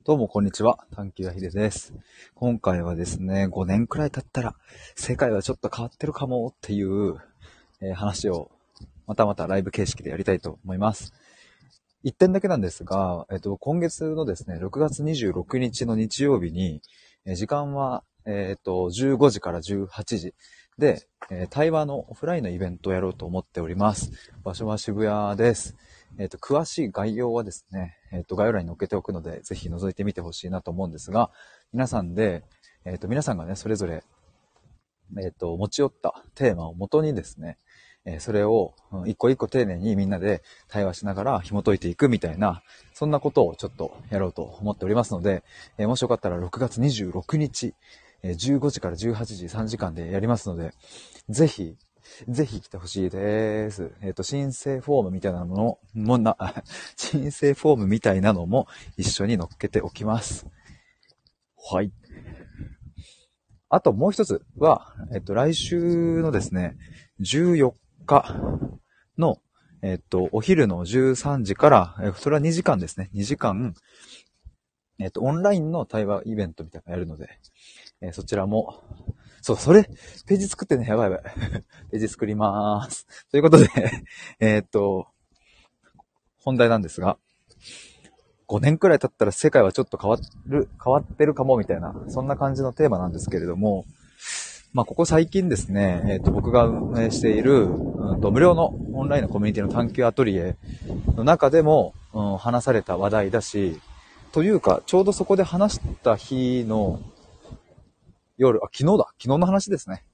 どうもこんにちは。探求やひでです。今回はですね、5年くらい経ったら世界はちょっと変わってるかもっていう、話をまたまたライブ形式でやりたいと思います。一点だけなんですが、今月のですね、6月26日の日曜日に、時間は、15時から18時で、対話のオフラインのイベントをやろうと思っております。場所は渋谷です。詳しい概要はですね、概要欄に載っけておくので、ぜひ覗いてみてほしいなと思うんですが、皆さんがね、それぞれ、持ち寄ったテーマをもとにですね、それを一個一個丁寧にみんなで対話しながら紐解いていくみたいな、そんなことをちょっとやろうと思っておりますので、もしよかったら6月26日、15時から18時3時間でやりますので、ぜひ、ぜひ来てほしいです。申請フォームみたいなものも申請フォームみたいなのも一緒に載っけておきます。はい。あともう一つは、来週のですね、14日の、お昼の13時から、それは2時間ですね。2時間、オンラインの対話イベントみたいなのやるので、そちらも、そう、ページ作ってね、やばいやばい。ページ作りまーす。ということで、えっと、本題なんですが、5年くらい経ったら世界はちょっと変わってるかもみたいな、そんな感じのテーマなんですけれども、ここ最近ですね、僕が運営している、無料のオンラインのコミュニティの探求アトリエの中でも、話された話題だし、というか、ちょうどそこで話した日の夜、昨日の話ですね。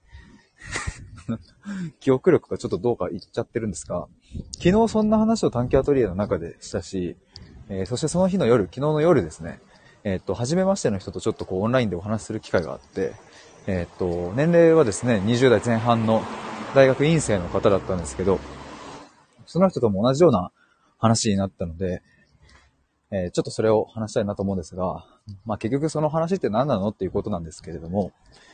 記憶力がちょっとどうか言っちゃってるんですが、昨日そんな話を探求アトリエの中でしたし、そしてその日の夜、昨日の夜ですね、初めましての人とちょっとこうオンラインでお話しする機会があって、年齢はですね、20代前半の大学院生の方だったんですけど、その人とも同じような話になったので、ちょっとそれを話したいなと思うんですが、結局その話って何なのっていうことなんですけれども、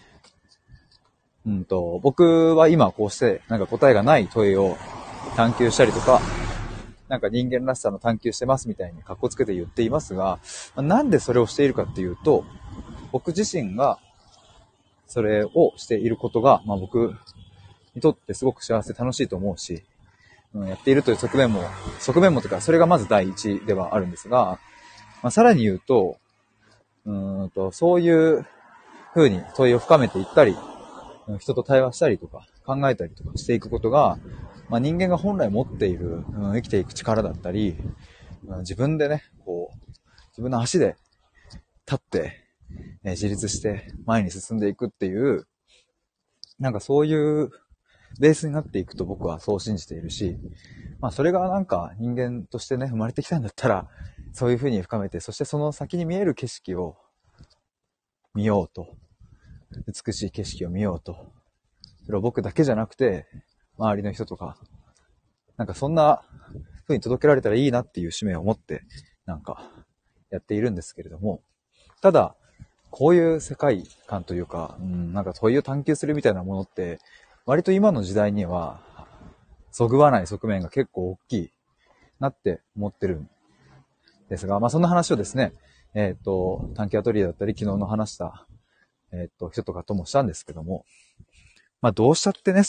僕は今こうしてなんか答えがない問いを探求したりとか、なんか人間らしさの探求してますみたいに格好つけて言っていますが、なんでそれをしているかっていうと、僕自身がそれをしていることが、僕にとってすごく幸せ楽しいと思うし、やっているという側面もというか、それがまず第一ではあるんですが、さらに言うと、そういう風に問いを深めていったり、人と対話したりとか考えたりとかしていくことが、人間が本来持っている、生きていく力だったり、自分でね、こう、自分の足で立って、自立して前に進んでいくっていう、なんかそういうベースになっていくと僕はそう信じているし、それがなんか人間としてね、生まれてきたんだったら、そういう風に深めて、そしてその先に見える景色を見ようと、美しい景色を見ようと、それは僕だけじゃなくて、周りの人とか、なんかそんな風に届けられたらいいなっていう使命を持って、なんかやっているんですけれども、ただ、こういう世界観というか、なんか問いを探求するみたいなものって、割と今の時代には、そぐわない側面が結構大きいなって思ってるんですが、そんな話をですね、探求アトリエだったり、昨日の話した、人とかともしたんですけども、どうしたってね、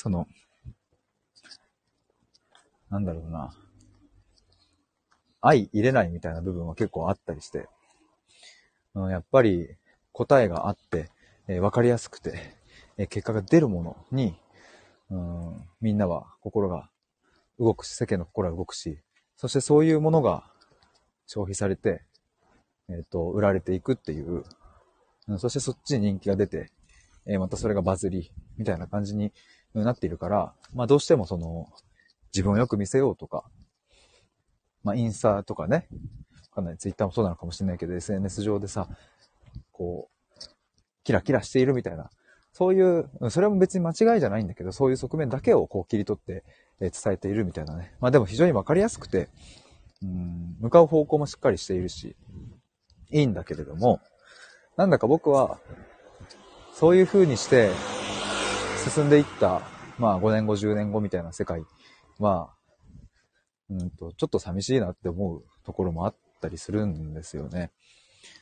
なんだろうな、相入れないみたいな部分は結構あったりして、やっぱり答えがあって、わかりやすくて、結果が出るものに、みんなは心が動くし、世間の心が動くし、そしてそういうものが消費されて、売られていくっていう、そしてそっちに人気が出て、またそれがバズり、みたいな感じになっているから、どうしても自分をよく見せようとか、インスタとかね、わかんない、ツイッターもそうなのかもしれないけど、SNS 上でさ、こう、キラキラしているみたいな、そういう、それも別に間違いじゃないんだけど、そういう側面だけをこう切り取って、伝えているみたいなね。でも非常にわかりやすくて、向かう方向もしっかりしているし、いいんだけれども、なんだか僕は、そういう風にして進んでいった、5年後、10年後みたいな世界は、ちょっと寂しいなって思うところもあったりするんですよね。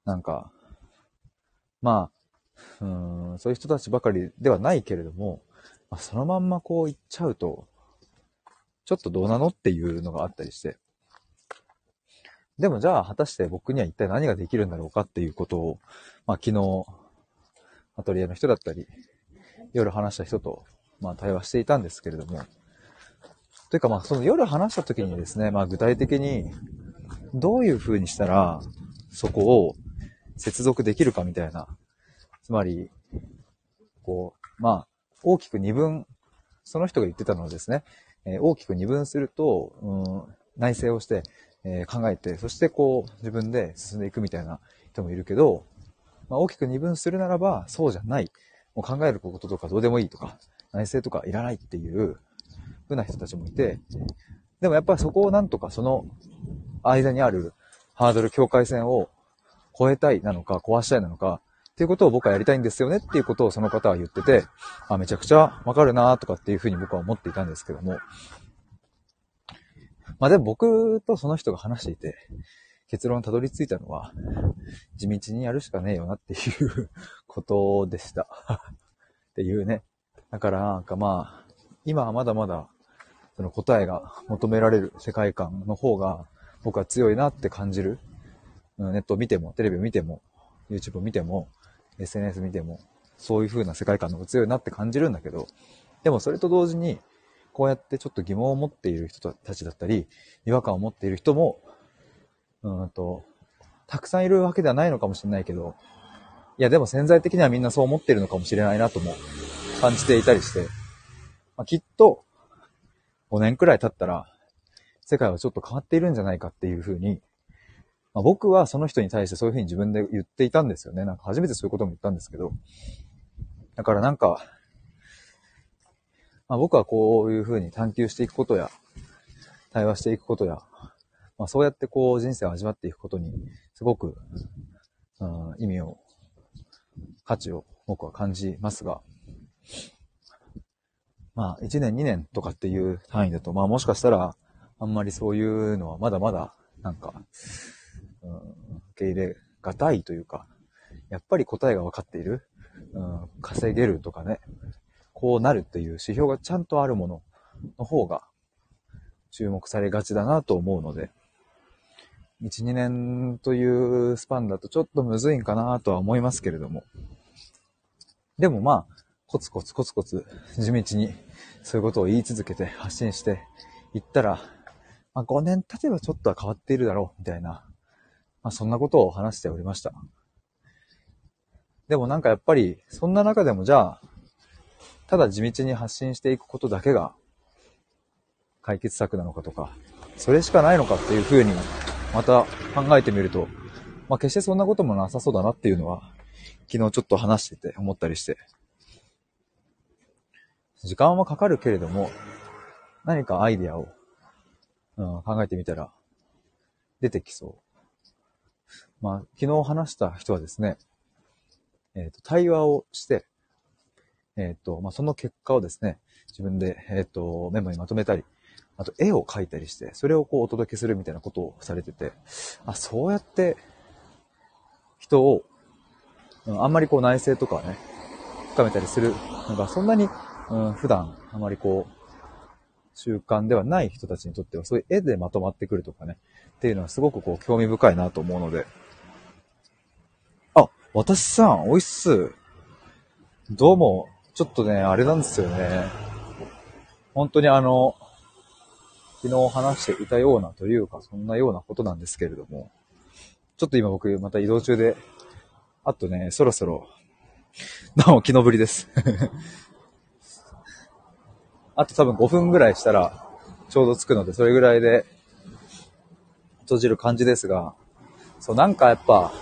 なんか、まあ、そういう人たちばかりではないけれども、まあ、そのまんまこう言っちゃうと、ちょっとどうなのっていうのがあったりして。でもじゃあ、果たして僕には一体何ができるんだろうかっていうことを、まあ昨日、アトリエの人だったり、夜話した人と、まあ対話していたんですけれども、というかまあその夜話した時にですね、まあ具体的にどういう風にしたらそこを接続できるかみたいな、つまり、こう、まあ大きく二分、その人が言ってたのはですね、大きく二分すると、内省をして、考えて、そしてこう自分で進んでいくみたいな人もいるけど、まあ、大きく二分するならばそうじゃない。もう考えることとかどうでもいいとか、内省とかいらないっていう風な人たちもいて、でもやっぱりそこをなんとかその間にあるハードル、境界線を超えたいなのか、壊したいなのか、っていうことを僕はやりたいんですよねっていうことをその方は言ってて、あ、めちゃくちゃわかるなとかっていう風に僕は思っていたんですけども、まあでも僕とその人が話していて、結論にたどり着いたのは、地道にやるしかねえよなっていうことでした。っていうね。だからなんかまあ、今はまだまだその答えが求められる世界観の方が僕は強いなって感じる。ネットを見ても、テレビを見ても、YouTube を見ても、SNS 見ても、そういう風な世界観の方が強いなって感じるんだけど、でもそれと同時に、こうやってちょっと疑問を持っている人たちだったり、違和感を持っている人も、たくさんいるわけではないのかもしれないけど、いやでも潜在的にはみんなそう思っているのかもしれないなとも感じていたりして、まあ、きっと5年くらい経ったら世界はちょっと変わっているんじゃないかっていうふうに、まあ、僕はその人に対してそういうふうに自分で言っていたんですよね。なんか初めてそういうことも言ったんですけど、だからなんか、まあ、僕はこういうふうに探求していくことや対話していくことや、まあ、そうやってこう人生を味わっていくことにすごく、意味を価値を僕は感じますが、まあ1年2年とかっていう単位だと、まあもしかしたらあんまりそういうのはまだまだなんか、受け入れがたいというか、やっぱり答えが分かっている、稼げるとかね、こうなるっていう指標がちゃんとあるものの方が注目されがちだなと思うので、1、2年というスパンだとちょっとむずいんかなとは思いますけれども、でもまあ、コツコツコツコツ地道にそういうことを言い続けて発信していったら、まあ、5年経てばちょっとは変わっているだろうみたいな、まあ、そんなことを話しておりました。でもなんかやっぱりそんな中でもじゃあただ地道に発信していくことだけが解決策なのかとか、それしかないのかっていうふうにまた考えてみると、まあ、決してそんなこともなさそうだなっていうのは昨日ちょっと話してて思ったりして、時間はかかるけれども何かアイデアを、考えてみたら出てきそう。まあ昨日話した人はですね、対話をして、まあ、その結果をですね、自分で、メモにまとめたり、あと絵を描いたりして、それをこうお届けするみたいなことをされてて、あ、そうやって人を、あんまりこう内省とかね、深めたりするのがそんなに、普段あまりこう、習慣ではない人たちにとっては、そういう絵でまとまってくるとかね、っていうのはすごくこう興味深いなと思うので、あ、私さん、おいっす。どうも、ちょっとね、あれなんですよね。本当に昨日話していたようなというか、そんなようなことなんですけれども、ちょっと今僕また移動中で、あとね、そろそろ、なお、気のぶりです。あと多分5分ぐらいしたら、ちょうど着くので、それぐらいで閉じる感じですが、そう、なんかやっぱ、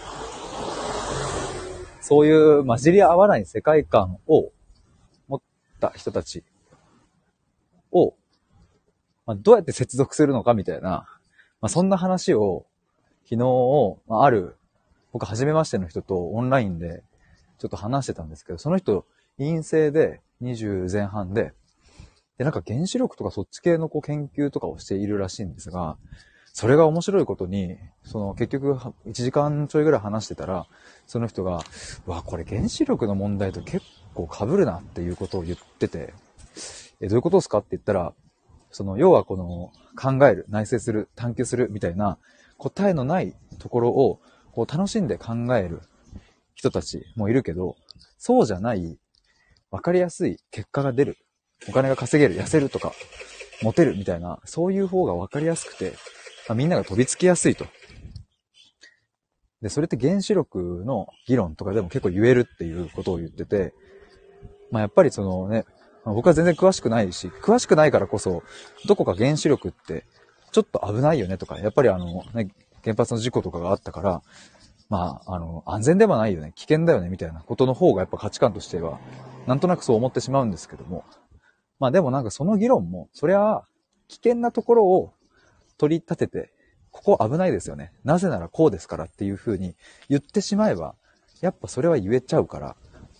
そういう混じり合わない世界観を持った人たちを、まあ、どうやって接続するのかみたいな、まあ、そんな話を昨日、ある僕初めましての人とオンラインでちょっと話してたんですけど、その人陰性で20前半で、なんか原子力とかそっち系のこう研究とかをしているらしいんですが、 それが面白いことに、結局1時間ちょいぐらい話してたら、その人が、これ原子力の問題と結構被るなっていうことを言ってて、どういうことですかって言ったら、要は考える、内省する、探求するみたいな答えのないところを楽しんで考える人たちもいるけど、そうじゃない、わかりやすい結果が出る、お金が稼げる、痩せるとか、モテるみたいな、そういう方がわかりやすくて、みんなが飛びつきやすいと。で、それって原子力の議論とかでも結構言えるっていうことを言ってて、やっぱり僕は全然詳しくないし、詳しくないからこそ、どこか原子力ってちょっと危ないよねとか、やっぱり原発の事故とかがあったから、安全ではないよね、危険だよねみたいなことの方がやっぱ価値観としては、なんとなくそう思ってしまうんですけども、でもその議論も、そりゃ危険なところを取り立てて、ここ危ないですよね。なぜならこうですからっていう風に言ってしまえば、やっぱそれは言えちゃうから、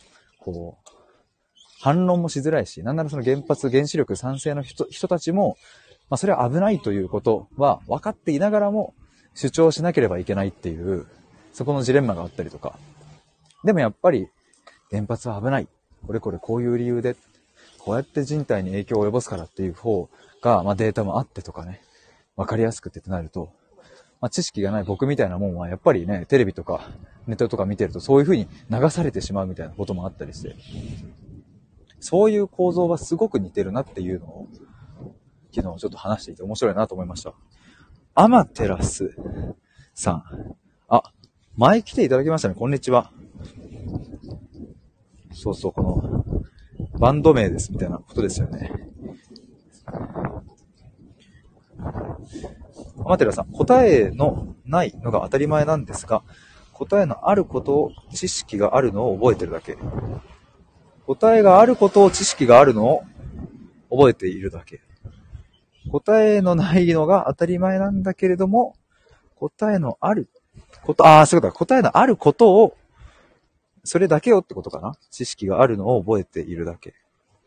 反論もしづらいし、なんならその原子力賛成の人たちも、それは危ないということは分かっていながらも主張しなければいけないっていう、そこのジレンマがあったりとか。でもやっぱり、原発は危ない。これこういう理由で、こうやって人体に影響を及ぼすからっていう方が、データもあってとかね、分かりやすくてってなると、知識がない僕みたいなもんはやっぱりね、テレビとかネットとか見てるとそういう風に流されてしまうみたいなこともあったりして、そういう構造はすごく似てるなっていうのを昨日ちょっと話していて面白いなと思いました。アマテラスさん。前来ていただきましたね。こんにちは。そうそう、このバンド名ですみたいなことですよね。アマテラさん、答えのないのが当たり前なんですが、答えのあることを知識があるのを覚えてるだけ。答えがあることを知識があるのを覚えているだけ。答えのないのが当たり前なんだけれども、答えのあること、そういうことだ。答えのあることを、それだけよってことかな。知識があるのを覚えているだけ。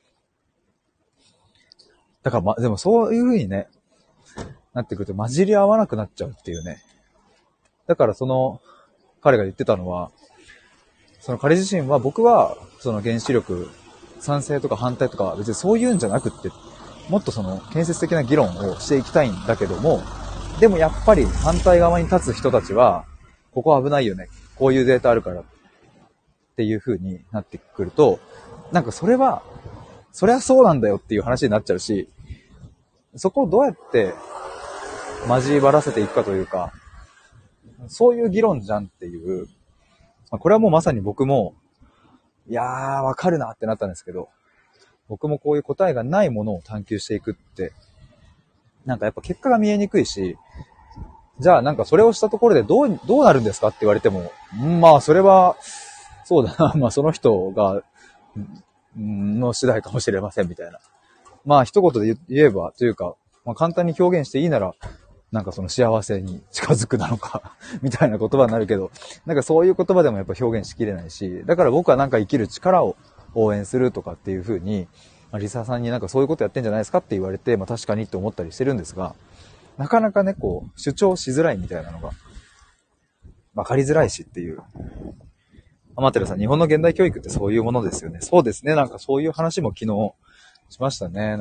だからでもそういう風にね、なってくると混じり合わなくなっちゃうっていうね。だから彼が言ってたのは、彼自身は僕は原子力賛成とか反対とか別にそういうんじゃなくって、もっと建設的な議論をしていきたいんだけども、でもやっぱり反対側に立つ人たちは、ここ危ないよね。こういうデータあるからっていう風になってくると、それはそうなんだよっていう話になっちゃうし、そこをどうやって交わらせていくかというか、そういう議論じゃんっていう、これはもうまさに僕も、わかるなってなったんですけど、僕もこういう答えがないものを探求していくって、やっぱ結果が見えにくいし、じゃあそれをしたところでどうなるんですかって言われても、それは、そうだな、その人が、の次第かもしれませんみたいな。一言で言えばというか、簡単に表現していいなら、幸せに近づくなのかみたいな言葉になるけど、そういう言葉でもやっぱ表現しきれないし、だから僕は生きる力を応援するとかっていう風に、リサさんにそういうことやってんじゃないですかって言われて、確かにって思ったりしてるんですが、なかなかね、主張しづらいみたいなのが、わかりづらいしっていう。アマテラさん、日本の現代教育ってそういうものですよね。そうですね。そういう話も昨日しましたね。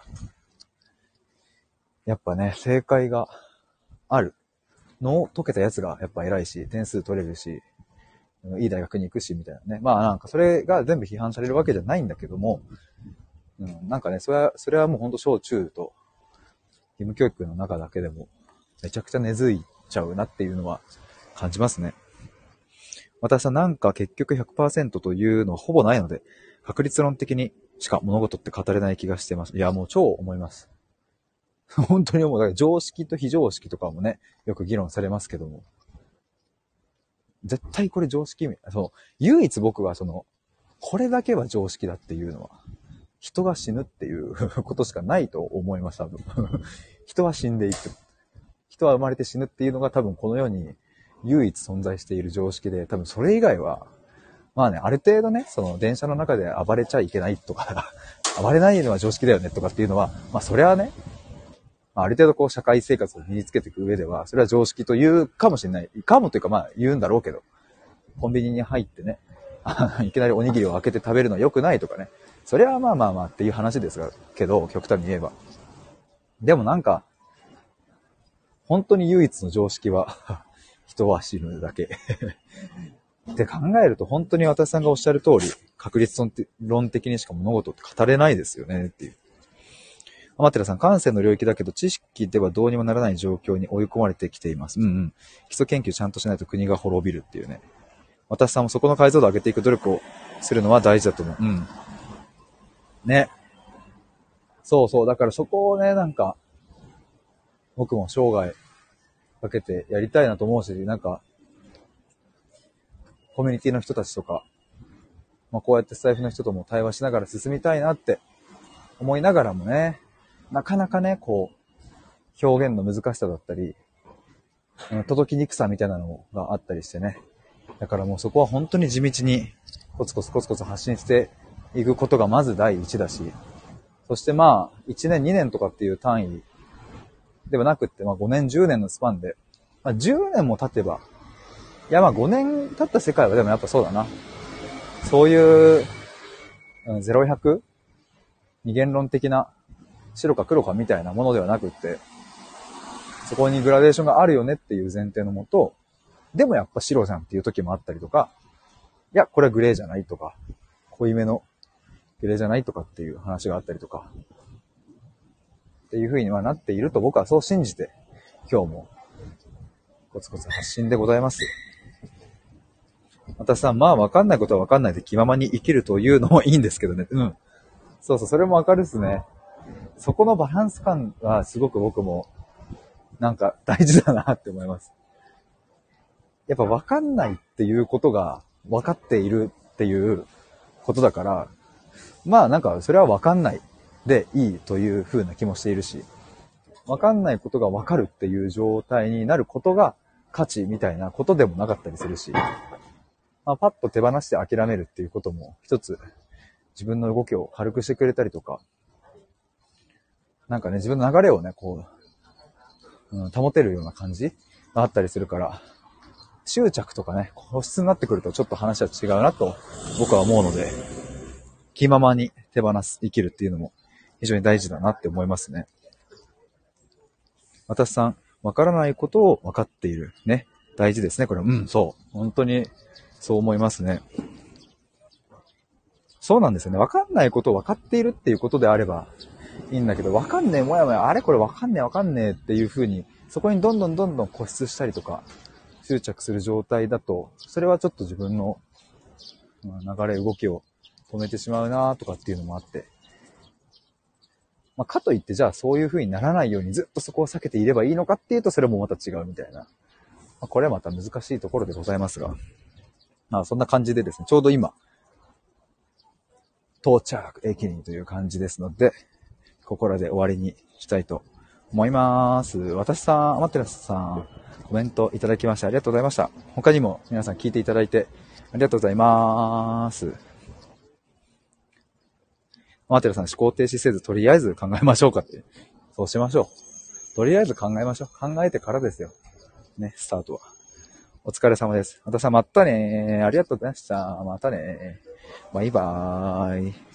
やっぱね、正解があるのを解けたやつがやっぱ偉いし、点数取れるし、いい大学に行くし、みたいなね。それが全部批判されるわけじゃないんだけども、それはもうほんと小中と、義務教育の中だけでも、めちゃくちゃ根付いちゃうなっていうのは感じますね。私は結局 100% というのはほぼないので、確率論的にしか物事って語れない気がしてます。いや、もう超思います。本当に思う。だから常識と非常識とかもね、よく議論されますけども。絶対これ常識、唯一僕はこれだけは常識だっていうのは、人が死ぬっていうことしかないと思います、多分。人は死んでいく。人は生まれて死ぬっていうのが多分この世に唯一存在している常識で、多分それ以外は、ある程度ね、電車の中で暴れちゃいけないとか、暴れないのは常識だよねとかっていうのは、それはね、 ある程度こう社会生活を身につけていく上では、それは常識というかもしれない。かもというかまあ言うんだろうけど、コンビニに入ってね、いきなりおにぎりを開けて食べるのは良くないとかね。それはまあまあまあっていう話ですが、けど、極端に言えば。でもなんか、本当に唯一の常識は、人は死ぬだけ。って考えると本当に私さんがおっしゃる通り、確率論的にしか物事って語れないですよねっていう。アマテラさん、感性の領域だけど知識ではどうにもならない状況に追い込まれてきています。うんうん。基礎研究ちゃんとしないと国が滅びるっていうね。私さんもそこの解像度を上げていく努力をするのは大事だと思う。うん。ね。そうそう。だからそこをね、なんか、僕も生涯かけてやりたいなと思うし、なんか、コミュニティの人たちとか、まあこうやってスタイフの人とも対話しながら進みたいなって思いながらもね、なかなかね、こう、表現の難しさだったり、届きにくさみたいなのがあったりしてね。だからもうそこは本当に地道にコツコツコツコツ発信していくことがまず第一だし、そしてまあ、1年2年とかっていう単位ではなくって、まあ5年10年のスパンで、まあ10年も経てば、いやまあ5年経った世界はでもやっぱそうだな。そういう、0-100? 二元論的な白か黒かみたいなものではなくって、そこにグラデーションがあるよねっていう前提のもと、でもやっぱ白じゃんっていう時もあったりとか、いや、これはグレーじゃないとか、濃いめのグレーじゃないとかっていう話があったりとか、っていう風にはなっていると僕はそう信じて、今日もコツコツ発信でございます。またさ、まあわかんないことはわかんないで気ままに生きるというのもいいんですけどね。うん。そうそう、それもわかるっすね。そこのバランス感はすごく僕もなんか大事だなって思います。やっぱわかんないっていうことがわかっているっていうことだから、まあなんかそれはわかんないでいいという風な気もしているし、わかんないことがわかるっていう状態になることが価値みたいなことでもなかったりするし、まあ、パッと手放して諦めるっていうことも一つ自分の動きを軽くしてくれたりとか、なんかね、自分の流れをね、こう、保てるような感じがあったりするから、執着とかね、固執になってくるとちょっと話は違うなと僕は思うので、気ままに手放す、生きるっていうのも非常に大事だなって思いますね。私さん、わからないことを分かっている。ね。大事ですね、これ。うん、そう。本当にそう思いますね。そうなんですよね。わかんないことを分かっているっていうことであればいいんだけど、わかんねえ、もやもや、あれこれわかんねえわかんねえっていう風に、そこにどんどん固執したりとか、執着する状態だと、それはちょっと自分の流れ、動きを止めてしまうなとかっていうのもあって、まあ、かといってじゃあそういう風にならないようにずっとそこを避けていればいいのかっていうとそれもまた違うみたいな。まあ、これはまた難しいところでございますが、まあそんな感じでですね、ちょうど今、到着駅にという感じですので、ここらで終わりにしたいと思います。私さん、アマテラスさん、コメントいただきましてありがとうございました。他にも皆さん聞いていただいてありがとうございます。アマテラさん、思考停止せずとりあえず考えましょうかって。そうしましょう。とりあえず考えましょう。考えてからですよ。ね、スタートは。お疲れ様です。私はまたねー。ありがとうございました。またねー。バイバーイ。